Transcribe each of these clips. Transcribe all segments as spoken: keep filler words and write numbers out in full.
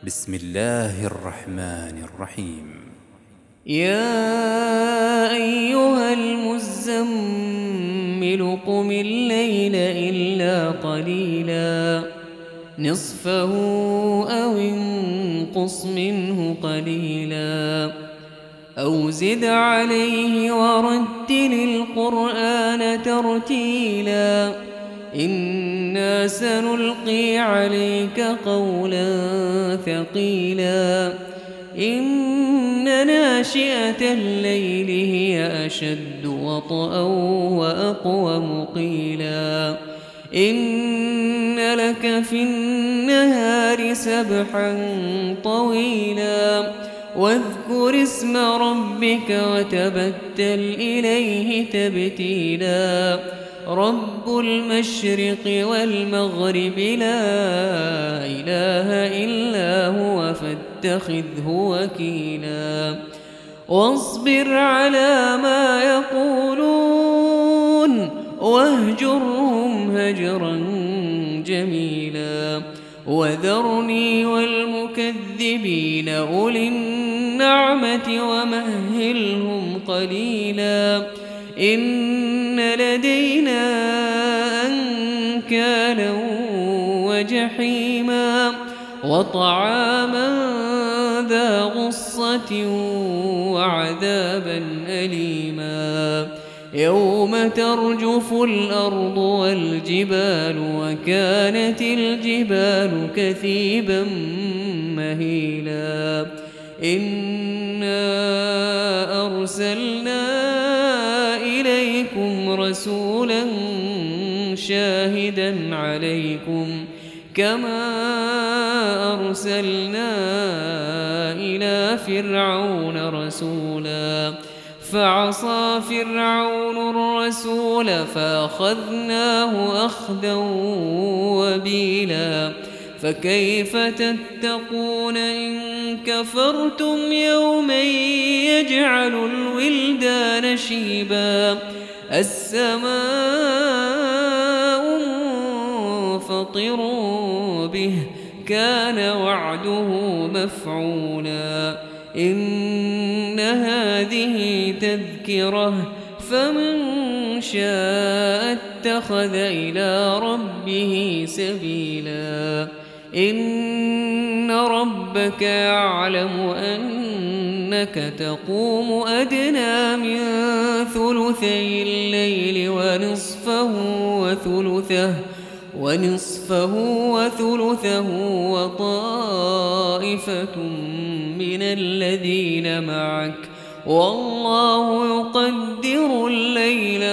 بسم الله الرحمن الرحيم. يا أيها المزمل قم الليل إلا قليلا نصفه أو انقص منه قليلا أو زد عليه ورتل القرآن ترتيلا إنا سنلقي عليك قولا ثقيلا إن ناشئة الليل هي أشد وطئا وأقوم قيلا إن لك في النهار سبحا طويلا واذكر اسم ربك وتبتل إليه تبتيلا رب المشرق والمغرب لا إله إلا هو فاتخذه وكيلا واصبر على ما يقولون واهجرهم هجرا جميلا وذرني والمكذبين أولي النعمة ومهلهم قليلا إن لدينا أنكالا وجحيما وطعاما ذا غصة وعذابا أليما يوم ترجف الأرض والجبال وكانت الجبال كثيبا مهيلا إنا أرسلنا إليكم رسولا شاهدا عليكم كما أرسلنا إلى فرعون رسولا فعصى فرعون الرسول فأخذناه أخذا وبيلا فكيف تتقون إن كفرتم يوما يجعل الولدان شيبا السماء منفطر به كان وعده مفعولا إن هذه تذكرة فمن شاء اتخذ إلى ربه سبيلا إن ربك يعلم أنك تقوم أدنى من ثلثي الليل ونصفه وثلثه ونصفه وثلثه وطائفة من الذين معك والله يقدر الليل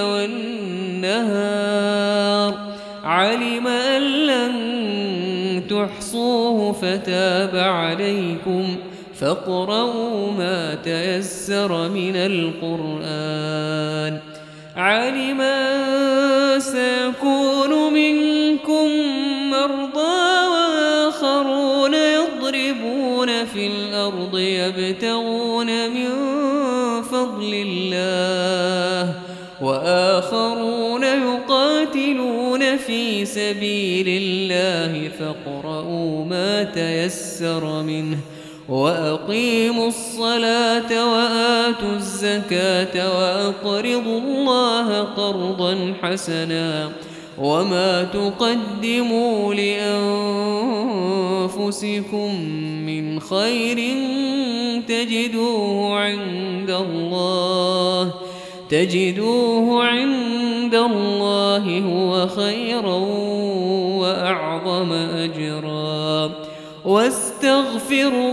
والنهار علم أن لن تحصوه فتاب عليكم فاقرؤوا ما تيسر من القرآن علم أن سيكون منكم مرضى وآخرون يضربون في الأرض يبتغون من فضل الله وآخرون يقاتلون في سبيل الله فاقرؤوا ما تيسر منه وأقيموا الصلاة وآتوا الزكاة وأقرضوا الله قرضا حسنا وما تقدموا لأنفسكم من خير تجدوه عند الله تجدوه عند الله هو خيرا وأعظم أجرا واستغفروا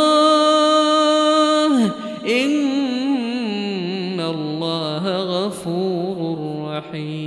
الله إن الله غفور رحيم.